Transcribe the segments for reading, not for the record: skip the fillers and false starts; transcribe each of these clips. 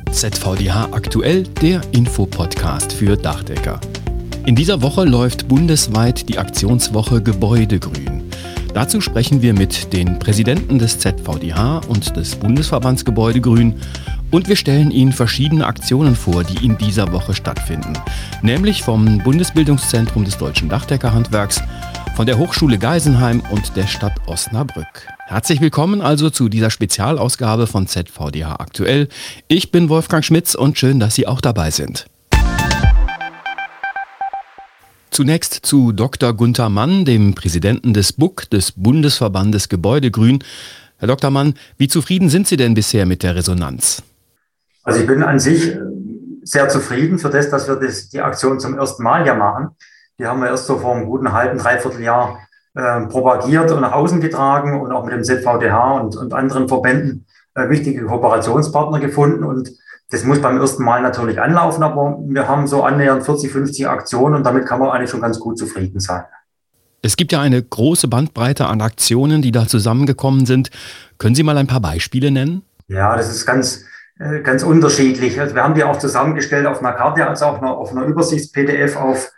ZVDH aktuell, der Infopodcast für Dachdecker. In dieser Woche läuft bundesweit die Aktionswoche Gebäudegrün. Dazu sprechen wir mit den Präsidenten des ZVDH und des Bundesverbands Gebäudegrün und wir stellen Ihnen verschiedene Aktionen vor, die in dieser Woche stattfinden. Nämlich vom Bundesbildungszentrum des Deutschen Dachdeckerhandwerks, von der Hochschule Geisenheim und der Stadt Osnabrück. Herzlich willkommen also zu dieser Spezialausgabe von ZVDH aktuell. Ich bin Wolfgang Schmitz und schön, dass Sie auch dabei sind. Zunächst zu Dr. Gunther Mann, dem Präsidenten des BUG, des Bundesverbandes Gebäudegrün. Herr Dr. Mann, wie zufrieden sind Sie denn bisher mit der Resonanz? Also ich bin an sich sehr zufrieden für das, dass wir die Aktion zum ersten Mal ja machen. Die haben wir erst so vor einem guten halben, dreiviertel Jahr propagiert und nach außen getragen und auch mit dem ZVDH und anderen Verbänden wichtige Kooperationspartner gefunden. Und das muss beim ersten Mal natürlich anlaufen, aber wir haben so annähernd 40, 50 Aktionen und damit kann man eigentlich schon ganz gut zufrieden sein. Es gibt ja eine große Bandbreite an Aktionen, die da zusammengekommen sind. Können Sie mal ein paar Beispiele nennen? Ja, das ist ganz unterschiedlich. Also wir haben die auch zusammengestellt auf einer Karte, also auch auf einer Übersichts-PDF auf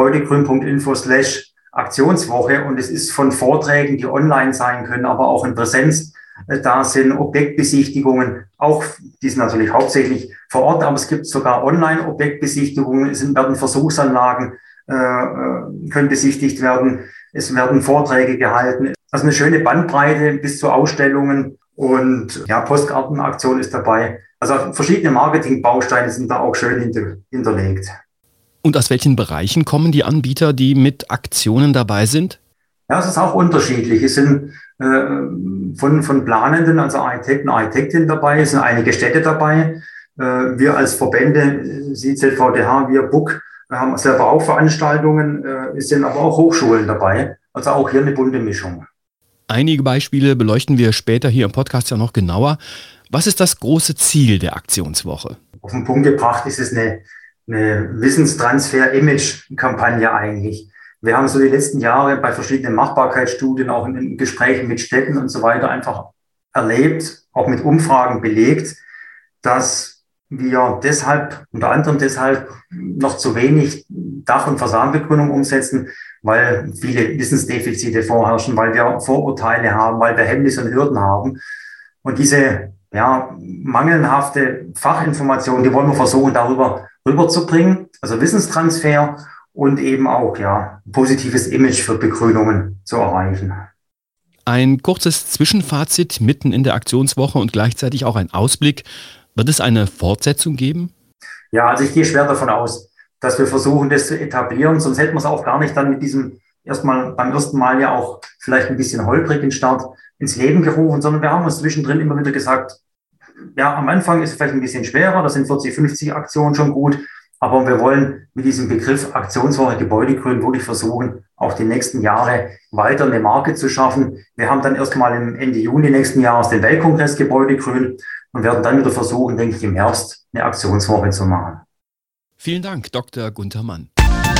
gebäudegrün.info/Aktionswoche. Und es ist von Vorträgen, die online sein können, aber auch in Präsenz. Da sind Objektbesichtigungen, auch die sind natürlich hauptsächlich vor Ort, aber es gibt sogar Online-Objektbesichtigungen, werden Versuchsanlagen, können besichtigt werden, es werden Vorträge gehalten. Also eine schöne Bandbreite bis zu Ausstellungen und ja, Postkartenaktion ist dabei. Also verschiedene Marketingbausteine sind da auch schön hinterlegt. Und aus welchen Bereichen kommen die Anbieter, die mit Aktionen dabei sind? Ja, es ist auch unterschiedlich. Es sind von Planenden, also Architekten, Architektinnen dabei, es sind einige Städte dabei. Wir als Verbände, Sie ZVDH, wir BUG, haben selber auch Veranstaltungen, es sind aber auch Hochschulen dabei. Also auch hier eine bunte Mischung. Einige Beispiele beleuchten wir später hier im Podcast ja noch genauer. Was ist das große Ziel der Aktionswoche? Auf den Punkt gebracht ist es eine Wissenstransfer-Image-Kampagne eigentlich. Wir haben so die letzten Jahre bei verschiedenen Machbarkeitsstudien, auch in Gesprächen mit Städten und so weiter einfach erlebt, auch mit Umfragen belegt, dass wir unter anderem deshalb noch zu wenig Dach- und Fassadenbegrünung umsetzen, weil viele Wissensdefizite vorherrschen, weil wir Vorurteile haben, weil wir Hemmnisse und Hürden haben. Und diese mangelhafte Fachinformation, die wollen wir versuchen, darüber rüberzubringen, also Wissenstransfer und eben auch positives Image für Begrünungen zu erreichen. Ein kurzes Zwischenfazit mitten in der Aktionswoche und gleichzeitig auch ein Ausblick. Wird es eine Fortsetzung geben? Ja, also ich gehe schwer davon aus, dass wir versuchen, das zu etablieren, sonst hätten wir es auch gar nicht dann mit diesem beim ersten Mal ja auch vielleicht ein bisschen holprigen Start ins Leben gerufen, sondern wir haben uns zwischendrin immer wieder gesagt, ja, am Anfang ist es vielleicht ein bisschen schwerer, da sind 40, 50 Aktionen schon gut, aber wir wollen mit diesem Begriff Aktionswoche Gebäudegrün wirklich versuchen, auch die nächsten Jahre weiter eine Marke zu schaffen. Wir haben dann erstmal im Ende Juni nächsten Jahres den Weltkongress Gebäudegrün und werden dann wieder versuchen, denke ich, im Herbst eine Aktionswoche zu machen. Vielen Dank, Dr. Gunther Mann.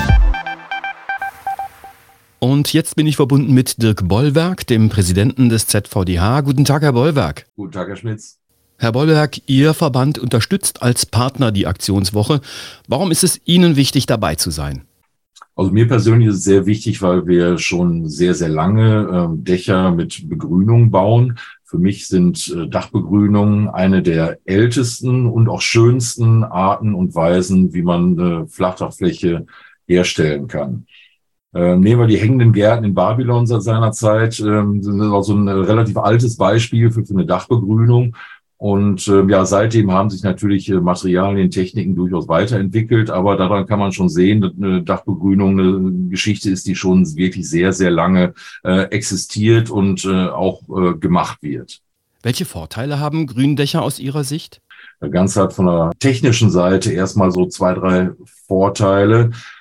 Und jetzt bin ich verbunden mit Dirk Bollwerk, dem Präsidenten des ZVDH. Guten Tag, Herr Bollwerk. Guten Tag, Herr Schmitz. Herr Bollwerk, Ihr Verband unterstützt als Partner die Aktionswoche. Warum ist es Ihnen wichtig, dabei zu sein? Also mir persönlich ist es sehr wichtig, weil wir schon sehr, sehr lange Dächer mit Begrünung bauen. Für mich sind Dachbegrünungen eine der ältesten und auch schönsten Arten und Weisen, wie man eine Flachdachfläche herstellen kann. Nehmen wir die hängenden Gärten in Babylon seit seiner Zeit, sind also ein relativ altes Beispiel für eine Dachbegrünung. Und seitdem haben sich natürlich Materialien, Techniken durchaus weiterentwickelt, aber daran kann man schon sehen, dass eine Dachbegrünung eine Geschichte ist, die schon wirklich sehr, sehr lange existiert und auch gemacht wird. Welche Vorteile haben Gründächer aus Ihrer Sicht? Ganz halt von der technischen Seite erstmal so 2, 3 Vorteile.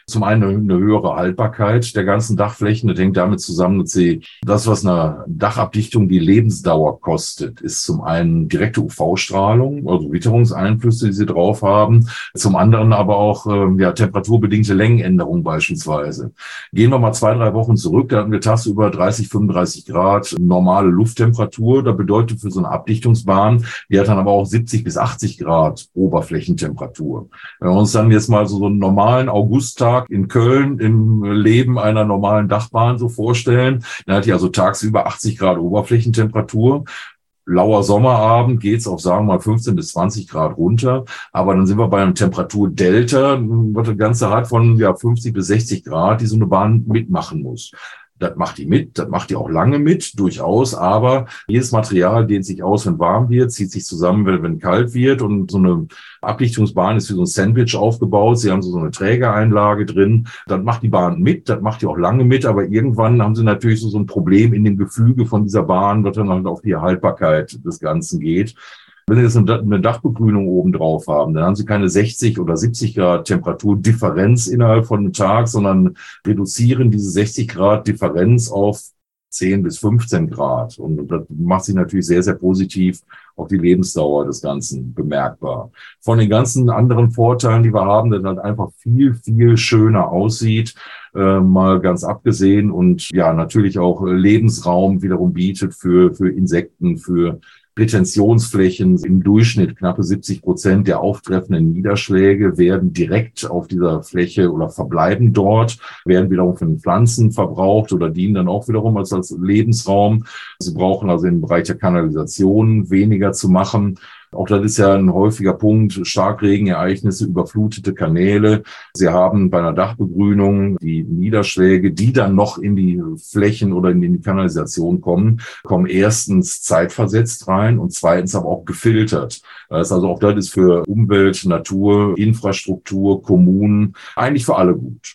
Zum einen eine höhere Haltbarkeit der ganzen Dachflächen. Das hängt damit zusammen, dass das, was eine Dachabdichtung die Lebensdauer kostet, ist zum einen direkte UV-Strahlung, also Witterungseinflüsse, die sie drauf haben. Zum anderen aber auch temperaturbedingte Längenänderungen beispielsweise. Gehen wir mal 2-3 Wochen zurück, da hatten wir tagsüber 30, 35 Grad normale Lufttemperatur. Das bedeutet für so eine Abdichtungsbahn, die hat dann aber auch 70 bis 80 Grad Oberflächentemperatur. Wenn wir uns dann jetzt mal so einen normalen Augusttag in Köln im Leben einer normalen Dachbahn so vorstellen, dann hat die also tagsüber 80 Grad Oberflächentemperatur. Lauer Sommerabend geht's auf, sagen wir mal, 15 bis 20 Grad runter. Aber dann sind wir bei einem Temperaturdelta, was das Ganze hat von 50 bis 60 Grad, die so eine Bahn mitmachen muss. Das macht die mit, das macht die auch lange mit, durchaus, aber jedes Material dehnt sich aus, wenn warm wird, zieht sich zusammen, wenn kalt wird, und so eine Abdichtungsbahn ist wie so ein Sandwich aufgebaut. Sie haben so eine Trägereinlage drin, das macht die Bahn mit, das macht die auch lange mit, aber irgendwann haben sie natürlich so ein Problem in dem Gefüge von dieser Bahn, was dann halt auf die Haltbarkeit des Ganzen geht. Wenn Sie jetzt eine Dachbegrünung oben drauf haben, dann haben Sie keine 60 oder 70 Grad Temperaturdifferenz innerhalb von einem Tag, sondern reduzieren diese 60 Grad Differenz auf 10 bis 15 Grad. Und das macht sich natürlich sehr, sehr positiv auf die Lebensdauer des Ganzen bemerkbar. Von den ganzen anderen Vorteilen, die wir haben, dass halt einfach viel, viel schöner aussieht, mal ganz abgesehen, und natürlich auch Lebensraum wiederum bietet für Insekten, für Retentionsflächen. Im Durchschnitt knappe 70% der auftreffenden Niederschläge werden direkt auf dieser Fläche oder verbleiben dort, werden wiederum von den Pflanzen verbraucht oder dienen dann auch wiederum als Lebensraum. Sie brauchen also im Bereich der Kanalisation weniger zu machen. Auch das ist ja ein häufiger Punkt, Starkregenereignisse, überflutete Kanäle. Sie haben bei einer Dachbegrünung die Niederschläge, die dann noch in die Flächen oder in die Kanalisation kommen erstens zeitversetzt rein und zweitens aber auch gefiltert. Das ist also auch das ist für Umwelt, Natur, Infrastruktur, Kommunen eigentlich für alle gut.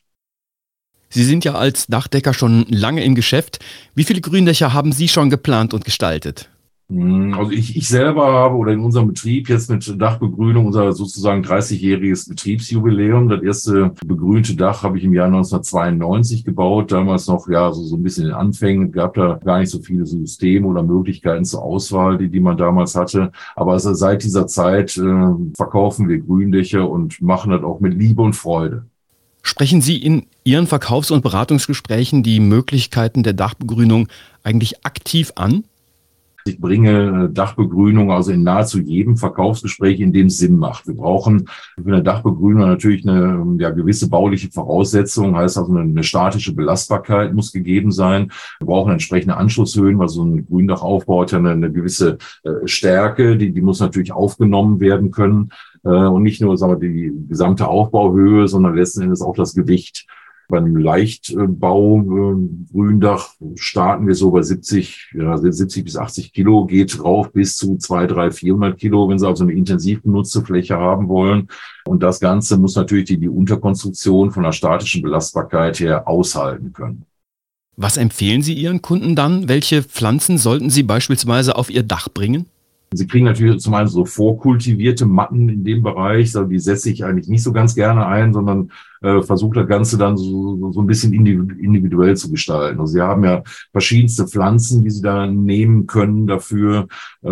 Sie sind ja als Dachdecker schon lange im Geschäft. Wie viele Gründächer haben Sie schon geplant und gestaltet? Also ich selber habe, oder in unserem Betrieb jetzt mit Dachbegrünung, unser sozusagen 30-jähriges Betriebsjubiläum. Das erste begrünte Dach habe ich im Jahr 1992 gebaut. Damals noch so ein bisschen in den Anfängen. Gab da gar nicht so viele Systeme oder Möglichkeiten zur Auswahl, die man damals hatte. Aber also seit dieser Zeit verkaufen wir Gründächer und machen das auch mit Liebe und Freude. Sprechen Sie in Ihren Verkaufs- und Beratungsgesprächen die Möglichkeiten der Dachbegrünung eigentlich aktiv an? Ich bringe Dachbegrünung also in nahezu jedem Verkaufsgespräch, in dem es Sinn macht. Wir brauchen für eine Dachbegrünung natürlich eine gewisse bauliche Voraussetzung, heißt also eine statische Belastbarkeit muss gegeben sein. Wir brauchen entsprechende Anschlusshöhen, weil so ein Gründachaufbau hat ja eine gewisse Stärke, die muss natürlich aufgenommen werden können. Und nicht nur die gesamte Aufbauhöhe, sondern letzten Endes auch das Gewicht. Bei einem Leichtbau Gründach starten wir so bei 70 bis 80 Kilo, geht rauf bis zu 200, 300, 400 Kilo, wenn Sie also eine intensiv genutzte Fläche haben wollen. Und das Ganze muss natürlich die Unterkonstruktion von der statischen Belastbarkeit her aushalten können. Was empfehlen Sie Ihren Kunden dann? Welche Pflanzen sollten Sie beispielsweise auf Ihr Dach bringen? Sie kriegen natürlich zum einen so vorkultivierte Matten in dem Bereich, die setze ich eigentlich nicht so ganz gerne ein, sondern versuche das Ganze dann so ein bisschen individuell zu gestalten. Also Sie haben ja verschiedenste Pflanzen, die Sie da nehmen können dafür.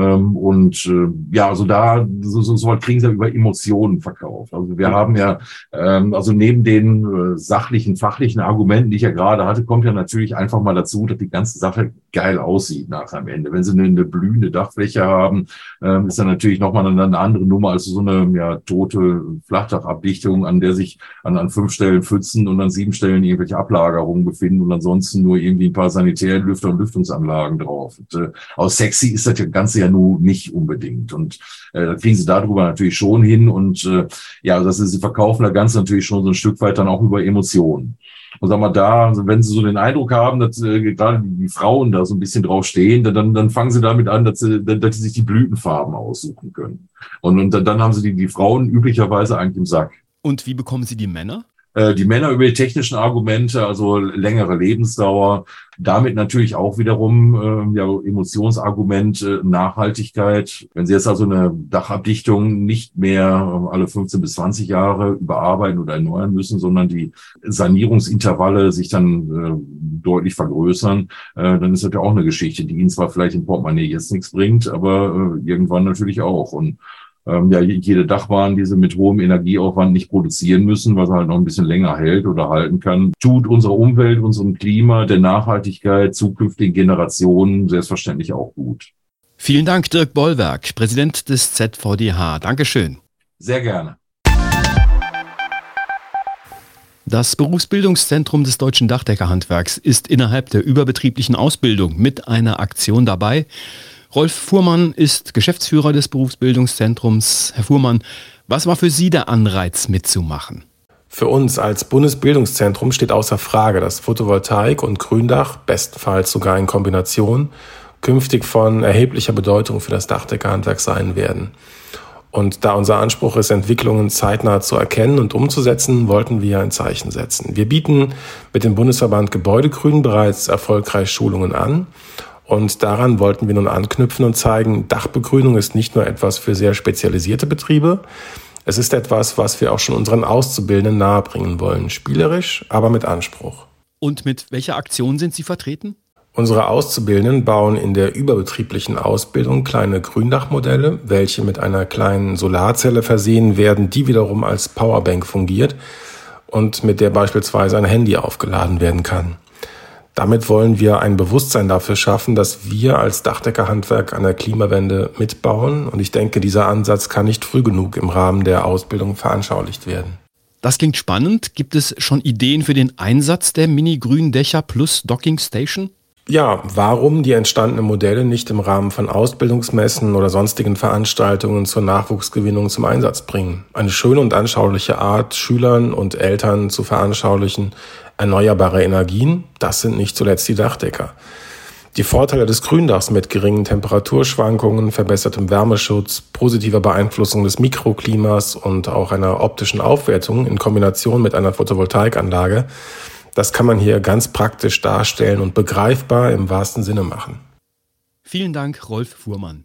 Also da so kriegen Sie ja über Emotionen verkauft. Also wir haben ja, also neben den sachlichen, fachlichen Argumenten, die ich ja gerade hatte, kommt ja natürlich einfach mal dazu, dass die ganze Sache geil aussieht nachher am Ende. Wenn Sie eine blühende Dachfläche haben, ist dann natürlich nochmal eine andere Nummer als so eine tote Flachdachabdichtung, an der sich an 5 Stellen Pfützen und an 7 Stellen irgendwelche Ablagerungen befinden und ansonsten nur irgendwie ein paar Sanitärlüfter und Lüftungsanlagen drauf. Und, aus sexy ist das Ganze ja nun nicht unbedingt. Und da kriegen Sie darüber natürlich schon hin. Und Sie verkaufen das Ganze natürlich schon so ein Stück weit dann auch über Emotionen. Und sagen wir also wenn Sie so den Eindruck haben, dass gerade die Frauen da so ein bisschen drauf stehen, dann fangen Sie damit an, dass sie sich die Blütenfarben aussuchen können. Und dann haben Sie die Frauen üblicherweise eigentlich im Sack. Und wie bekommen Sie die Männer? Die Männer über die technischen Argumente, also längere Lebensdauer, damit natürlich auch wiederum Emotionsargument, Nachhaltigkeit. Wenn Sie jetzt also eine Dachabdichtung nicht mehr alle 15 bis 20 Jahre überarbeiten oder erneuern müssen, sondern die Sanierungsintervalle sich dann deutlich vergrößern, dann ist das ja auch eine Geschichte, die Ihnen zwar vielleicht im Portemonnaie jetzt nichts bringt, aber irgendwann natürlich auch. Und jede Dachbahn, die sie mit hohem Energieaufwand nicht produzieren müssen, was halt noch ein bisschen länger hält oder halten kann, tut unserer Umwelt, unserem Klima, der Nachhaltigkeit, zukünftigen Generationen selbstverständlich auch gut. Vielen Dank, Dirk Bollwerk, Präsident des ZVDH. Dankeschön. Sehr gerne. Das Berufsbildungszentrum des Deutschen Dachdeckerhandwerks ist innerhalb der überbetrieblichen Ausbildung mit einer Aktion dabei. Rolf Fuhrmann ist Geschäftsführer des Berufsbildungszentrums. Herr Fuhrmann, was war für Sie der Anreiz, mitzumachen? Für uns als Bundesbildungszentrum steht außer Frage, dass Photovoltaik und Gründach, bestenfalls sogar in Kombination, künftig von erheblicher Bedeutung für das Dachdeckerhandwerk sein werden. Und da unser Anspruch ist, Entwicklungen zeitnah zu erkennen und umzusetzen, wollten wir ein Zeichen setzen. Wir bieten mit dem Bundesverband Gebäudegrün bereits erfolgreich Schulungen an. Und daran wollten wir nun anknüpfen und zeigen, Dachbegrünung ist nicht nur etwas für sehr spezialisierte Betriebe, es ist etwas, was wir auch schon unseren Auszubildenden nahebringen wollen. Spielerisch, aber mit Anspruch. Und mit welcher Aktion sind Sie vertreten? Unsere Auszubildenden bauen in der überbetrieblichen Ausbildung kleine Gründachmodelle, welche mit einer kleinen Solarzelle versehen werden, die wiederum als Powerbank fungiert und mit der beispielsweise ein Handy aufgeladen werden kann. Damit wollen wir ein Bewusstsein dafür schaffen, dass wir als Dachdeckerhandwerk an der Klimawende mitbauen. Und ich denke, dieser Ansatz kann nicht früh genug im Rahmen der Ausbildung veranschaulicht werden. Das klingt spannend. Gibt es schon Ideen für den Einsatz der Mini-Gründächer plus Docking Station? Ja, warum die entstandenen Modelle nicht im Rahmen von Ausbildungsmessen oder sonstigen Veranstaltungen zur Nachwuchsgewinnung zum Einsatz bringen? Eine schöne und anschauliche Art, Schülern und Eltern zu veranschaulichen, erneuerbare Energien, das sind nicht zuletzt die Dachdecker. Die Vorteile des Gründachs mit geringen Temperaturschwankungen, verbessertem Wärmeschutz, positiver Beeinflussung des Mikroklimas und auch einer optischen Aufwertung in Kombination mit einer Photovoltaikanlage, das kann man hier ganz praktisch darstellen und begreifbar im wahrsten Sinne machen. Vielen Dank, Rolf Fuhrmann.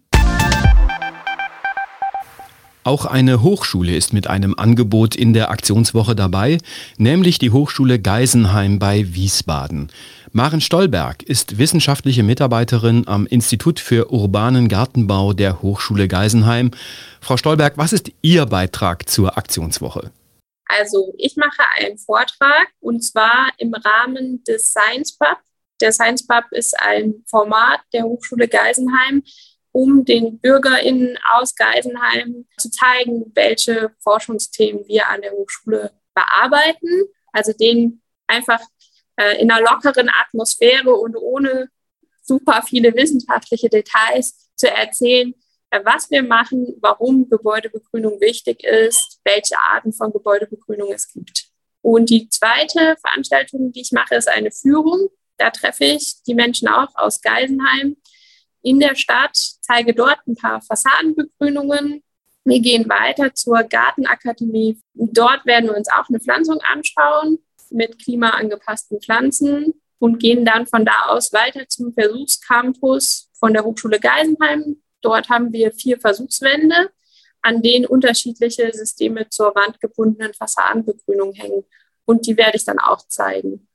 Auch eine Hochschule ist mit einem Angebot in der Aktionswoche dabei, nämlich die Hochschule Geisenheim bei Wiesbaden. Maren Stolberg ist wissenschaftliche Mitarbeiterin am Institut für urbanen Gartenbau der Hochschule Geisenheim. Frau Stolberg, was ist Ihr Beitrag zur Aktionswoche? Also ich mache einen Vortrag und zwar im Rahmen des Science Pub. Der Science Pub ist ein Format der Hochschule Geisenheim, um den BürgerInnen aus Geisenheim zu zeigen, welche Forschungsthemen wir an der Hochschule bearbeiten. Also denen einfach in einer lockeren Atmosphäre und ohne super viele wissenschaftliche Details zu erzählen, was wir machen, warum Gebäudebegrünung wichtig ist, welche Arten von Gebäudebegrünung es gibt. Und die zweite Veranstaltung, die ich mache, ist eine Führung. Da treffe ich die Menschen auch aus Geisenheim in der Stadt, zeige dort ein paar Fassadenbegrünungen. Wir gehen weiter zur Gartenakademie. Dort werden wir uns auch eine Pflanzung anschauen mit klimaangepassten Pflanzen und gehen dann von da aus weiter zum Versuchscampus von der Hochschule Geisenheim. Dort haben wir 4 Versuchswände, an denen unterschiedliche Systeme zur wandgebundenen Fassadenbegrünung hängen. Und die werde ich dann auch zeigen.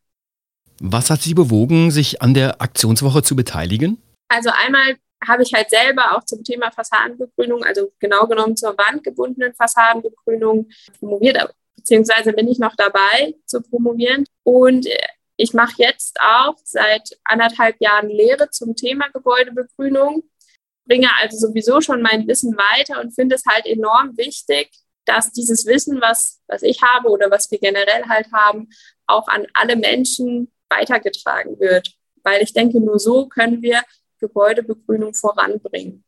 Was hat Sie bewogen, sich an der Aktionswoche zu beteiligen? Also einmal habe ich halt selber auch zum Thema Fassadenbegrünung, also genau genommen zur wandgebundenen Fassadenbegrünung promoviert, beziehungsweise bin ich noch dabei zu promovieren. Und ich mache jetzt auch seit 1,5 Jahren Lehre zum Thema Gebäudebegrünung, bringe also sowieso schon mein Wissen weiter und finde es halt enorm wichtig, dass dieses Wissen, was ich habe oder was wir generell halt haben, auch an alle Menschen weitergetragen wird. Weil ich denke, nur so können wir Gebäudebegrünung voranbringen.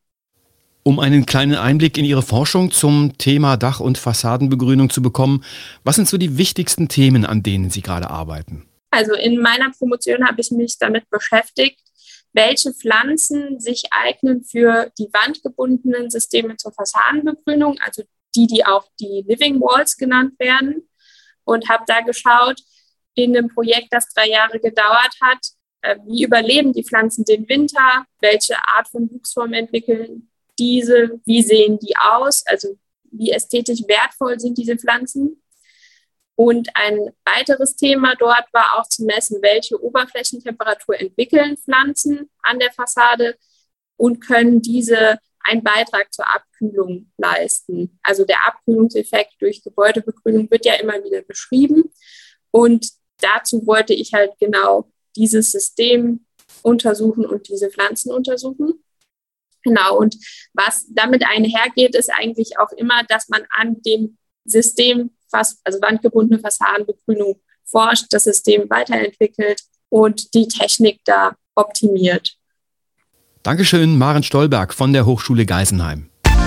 Um einen kleinen Einblick in Ihre Forschung zum Thema Dach- und Fassadenbegrünung zu bekommen, was sind so die wichtigsten Themen, an denen Sie gerade arbeiten? Also in meiner Promotion habe ich mich damit beschäftigt, welche Pflanzen sich eignen für die wandgebundenen Systeme zur Fassadenbegrünung, also die auch die Living Walls genannt werden. und habe da geschaut, in einem Projekt, das 3 Jahre gedauert hat, wie überleben die Pflanzen den Winter, welche Art von Wuchsform entwickeln diese, wie sehen die aus, also wie ästhetisch wertvoll sind diese Pflanzen. Und ein weiteres Thema dort war auch zu messen, welche Oberflächentemperatur entwickeln Pflanzen an der Fassade und können diese einen Beitrag zur Abkühlung leisten. Also der Abkühlungseffekt durch Gebäudebegrünung wird ja immer wieder beschrieben. Und dazu wollte ich halt genau dieses System untersuchen und diese Pflanzen untersuchen. Genau, und was damit einhergeht, ist eigentlich auch immer, dass man an dem System, also wandgebundene Fassadenbegrünung, forscht, das System weiterentwickelt und die Technik da optimiert. Dankeschön, Maren Stolberg von der Hochschule Geisenheim.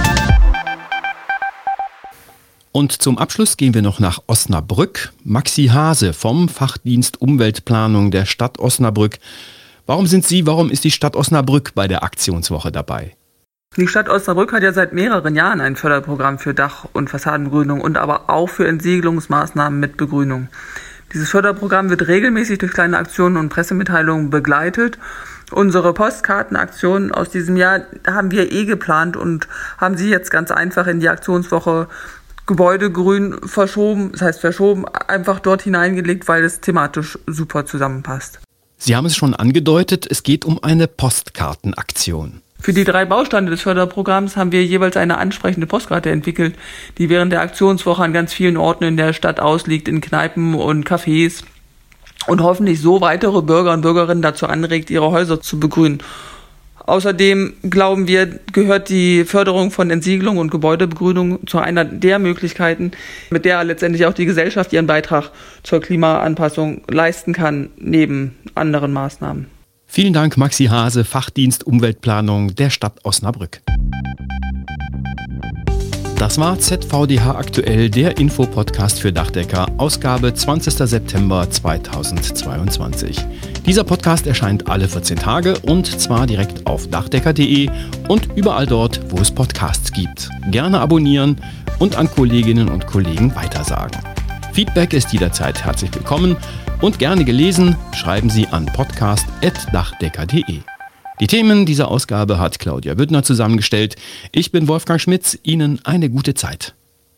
Und zum Abschluss gehen wir noch nach Osnabrück. Maxi Hase vom Fachdienst Umweltplanung der Stadt Osnabrück. Warum ist die Stadt Osnabrück bei der Aktionswoche dabei? Die Stadt Osnabrück hat ja seit mehreren Jahren ein Förderprogramm für Dach- und Fassadenbegrünung und aber auch für Entsiegelungsmaßnahmen mit Begrünung. Dieses Förderprogramm wird regelmäßig durch kleine Aktionen und Pressemitteilungen begleitet. Unsere Postkartenaktion aus diesem Jahr haben wir geplant und haben sie jetzt ganz einfach in die Aktionswoche Gebäudegrün verschoben, einfach dort hineingelegt, weil es thematisch super zusammenpasst. Sie haben es schon angedeutet, es geht um eine Postkartenaktion. Für die 3 Bausteine des Förderprogramms haben wir jeweils eine ansprechende Postkarte entwickelt, die während der Aktionswoche an ganz vielen Orten in der Stadt ausliegt, in Kneipen und Cafés und hoffentlich so weitere Bürger und Bürgerinnen dazu anregt, ihre Häuser zu begrünen. Außerdem glauben wir, gehört die Förderung von Entsiegelung und Gebäudebegrünung zu einer der Möglichkeiten, mit der letztendlich auch die Gesellschaft ihren Beitrag zur Klimaanpassung leisten kann, neben anderen Maßnahmen. Vielen Dank, Maxi Hase, Fachdienst Umweltplanung der Stadt Osnabrück. Das war ZVDH aktuell, der Infopodcast für Dachdecker, Ausgabe 20. September 2022. Dieser Podcast erscheint alle 14 Tage und zwar direkt auf dachdecker.de und überall dort, wo es Podcasts gibt. Gerne abonnieren und an Kolleginnen und Kollegen weitersagen. Feedback ist jederzeit herzlich willkommen und gerne gelesen, schreiben Sie an podcast@dachdecker.de. Die Themen dieser Ausgabe hat Claudia Büttner zusammengestellt. Ich bin Wolfgang Schmitz. Ihnen eine gute Zeit.